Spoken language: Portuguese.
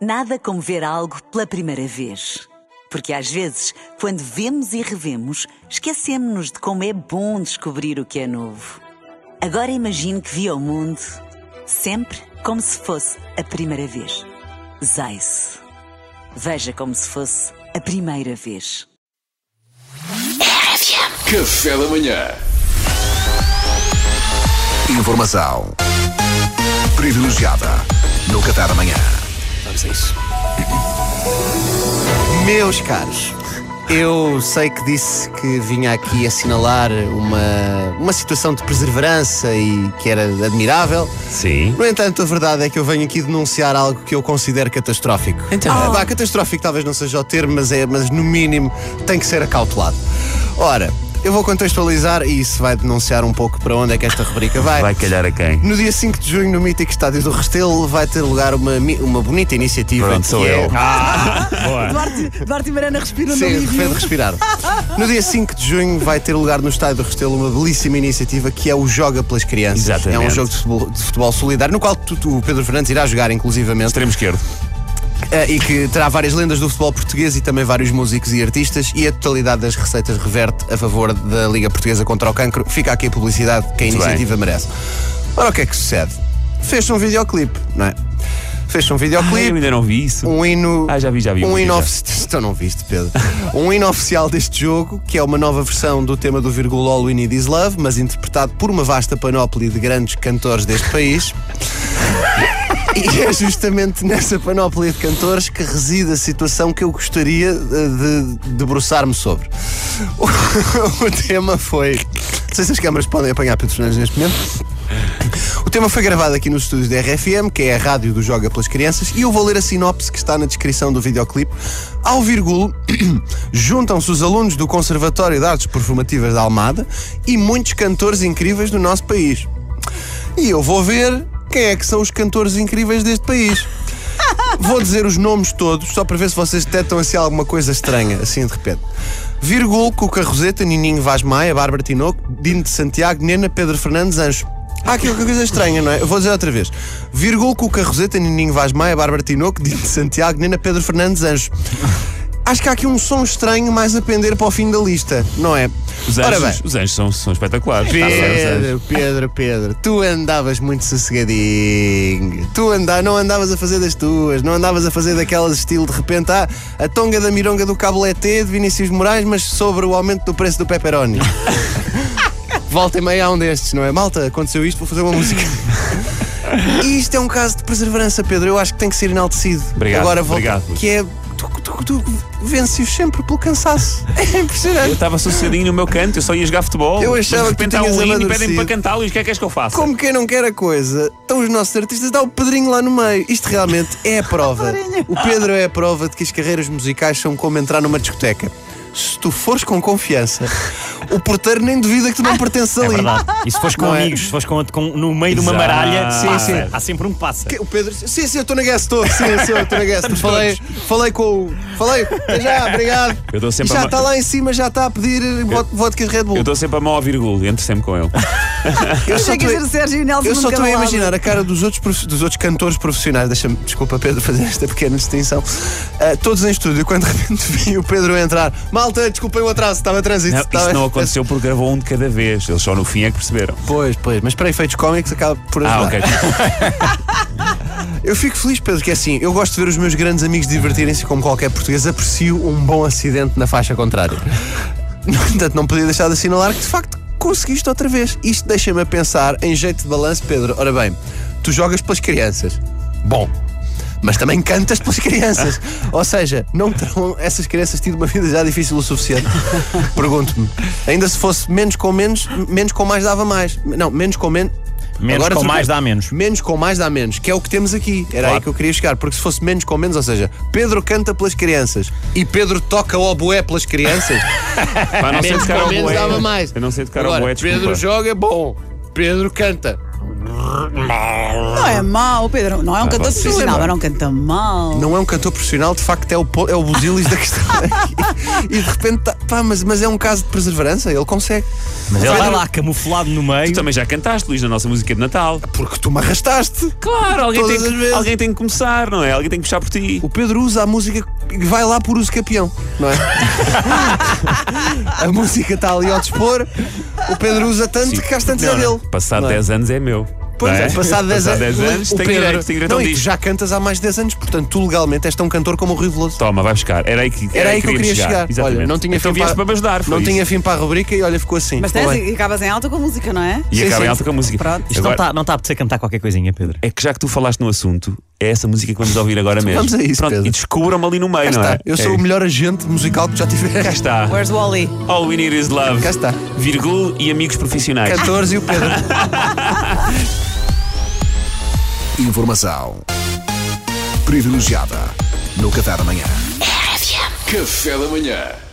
Nada como ver algo pela primeira vez. Porque às vezes, quando vemos e revemos, esquecemos-nos de como é bom descobrir o que é novo. Agora imagine que viu o mundo sempre como se fosse a primeira vez. Zais. Veja como se fosse a primeira vez. RFM. Café da manhã. Informação privilegiada no Café da manhã. Vamos a isso. Meus caros, eu sei que disse que vinha aqui assinalar uma situação de perseverança e que era admirável. Sim. No entanto, a verdade é que eu venho aqui denunciar algo que eu considero catastrófico. Então. Catastrófico talvez não seja o termo, mas no mínimo tem que ser acautelado. Ora, eu vou contextualizar e isso vai denunciar um pouco para onde é que esta rubrica vai. Vai calhar a quem? No dia 5 de junho, no mítico Estádio do Restelo, vai ter lugar uma bonita iniciativa. Pronto, sou eu. Boa. Duarte e Mariana respiram no Sim, alívio. foi de respirar. No dia 5 de junho vai ter lugar no Estádio do Restelo uma belíssima iniciativa que é o Joga pelas Crianças. Exatamente. É um jogo de futebol solidário, no qual o Pedro Fernandes irá jogar inclusivamente. Extremo esquerdo. E que terá várias lendas do futebol português e também vários músicos e artistas, e a totalidade das receitas reverte a favor da Liga Portuguesa contra o Cancro. Fica aqui a publicidade que a Muito iniciativa merece. Ora, o que é que sucede? Fez-se um videoclipe, não é? Fez-se um Eu videoclipe, ainda não vi isso. um hino. Já vi. Um hino já. oficial. Então não viste, Pedro. Um hino oficial deste jogo, que é uma nova versão do tema do vírgula All We Need Is Love, mas interpretado por uma vasta panóplia de grandes cantores deste país. E é justamente nessa panóplia de cantores que reside a situação que eu gostaria de debruçar-me sobre. O tema foi. Não sei se as câmaras podem apanhar Pedro Fernandes neste momento. O tema foi gravado aqui nos estúdios da RFM, que é a rádio do Joga pelas Crianças, e eu vou ler a sinopse que está na descrição do videoclipe. Ao vírgulo, juntam-se os alunos do Conservatório de Artes Performativas da Almada e muitos cantores incríveis do nosso país. E eu vou ver quem é que são os cantores incríveis deste país. Vou dizer os nomes todos, só para ver se vocês detectam assim alguma coisa estranha, assim de repente. Virgulo, Cuca Roseta, Nininho Vaz Maia, Bárbara Tinoco, Dino de Santiago, Nena, Pedro Fernandes, Anjo. Há aqui uma coisa estranha, não é? Eu vou dizer outra vez. Virgulo, Cuca Roseta, Nininho Vaz Maia, Bárbara Tinoco, Dino de Santiago, Nena, Pedro Fernandes, Anjo. Acho que há aqui um som estranho mais a pender para o fim da lista, não é? Os anjos são espetaculares. Pedro, tu andavas muito sossegadinho. Não andavas a fazer das tuas, não andavas a fazer daquelas estilo de repente, a tonga da mironga do cabo ET de Vinícius Moraes, mas sobre o aumento do preço do pepperoni. Volta e meia há um destes, não é? Malta, aconteceu isto, vou fazer uma música. E isto é um caso de perseverança, Pedro. Eu acho que tem que ser enaltecido. Obrigado, Agora volta, obrigado. que é. Tu vences sempre pelo cansaço. É impressionante. Eu estava sossegadinho no meu canto, eu só ia jogar futebol. Eu achava mas de repente que tu há tinhas um hino e amadurecido. pedem-me para cantá-lo. E o que é que és que eu faço? Como quem não quer a coisa, estão os nossos artistas, dá o Pedrinho lá no meio. Isto realmente é a prova. O Pedro é a prova de que as carreiras musicais são como entrar numa discoteca. Se tu fores com confiança, o porteiro nem duvida que tu não pertences ali. É verdade. E se fores com Não é? amigos, se fores no meio de uma Exato. maralha, Sim, passa. sim. Há sempre um que passa. O Pedro, sim, eu estou na guest todo. Sim, eu estou na guest. Falei com o. Até já, obrigado. Eu dou E sempre já a está lá em cima, já está a pedir vodka de Red Bull. Eu dou sempre a mão ao vírgula, entro sempre com ele. Eu só Achei que ia ser o Sérgio Nelson Eu só nunca estou a lá. imaginar a cara dos outros cantores profissionais. Deixa-me, desculpa, Pedro, fazer esta pequena distinção. Todos em estúdio, quando de repente vi o Pedro entrar. Malta, desculpem o atraso, estava a trânsito. Não, isso não aconteceu porque gravou um de cada vez. Eles só no fim é que perceberam. Pois, mas para efeitos cómicos acaba por ajudar. Ok. Eu fico feliz, Pedro, que é assim, eu gosto de ver os meus grandes amigos divertirem-se, como qualquer português, aprecio um bom acidente na faixa contrária. No entanto, não podia deixar de assinalar que, de facto, conseguiste outra vez. Isto deixa-me a pensar em jeito de balanço, Pedro. Ora bem, tu jogas pelas crianças. Bom. Mas também cantas pelas crianças. Ou seja, não terão essas crianças tido uma vida já difícil o suficiente? Pergunto-me. Ainda se fosse menos com mais dava mais. Não, menos com menos. Menos Agora com troquei. mais dá menos. Menos com mais dá menos, que é o que temos aqui. Era Claro. aí que eu queria chegar. Porque se fosse menos com menos, ou seja, Pedro canta pelas crianças e Pedro toca o oboé pelas crianças, Pá, não sei menos tocar com ao menos bué. dava mais. Eu não sei tocar ao Agora, bué, desculpa. Pedro joga bom, Pedro canta. Não é mau, Pedro. Não é um cantor vocês profissional, agora. mas não canta mal. Não é um cantor profissional, de facto é o busilis da questão. E de repente, mas é um caso de perseverança, ele consegue. Mas ele vai lá camuflado no Tu meio. também já cantaste, Luís, na nossa música de Natal. Porque tu me arrastaste. Claro, Todas as vezes. alguém tem que começar, não é? Alguém tem que puxar por ti. O Pedro usa a música e vai lá por uso capião, não é? A música está ali ao dispor, o Pedro usa tanto que às tantas é dele. Passado Não é? 10 anos é meu. Pois não é, passado 10 anos, o tem Pedro, direito a não, um e tu disco. já cantas há mais de 10 anos, portanto tu legalmente és tão cantor como o Rui Veloso. Toma, vai buscar. Era aí que eu queria chegar. Exatamente. Olha, não tinha então fim vieste para me ajudar. foi Não isso. tinha fim para a rubrica e olha, ficou assim. Mas Ficou tens bem. e acabas em alta com a música, não é? E Sim, acaba sim. em alta com a música. Pronto. Isto Agora, não está a apetecer cantar qualquer coisinha, Pedro. é que já que tu falaste no assunto, é essa música que vamos ouvir agora mesmo. Vamos a isso, Pronto, Pedro. e descubram-me ali no meio, Cá não está. é? Eu sou É o melhor agente musical que já Cá tiveste. está. Where's Wally? All we need is love. Cá está. Virgul e amigos profissionais. Cantores e o Pedro. Informação privilegiada no Café da Manhã. Café da Manhã.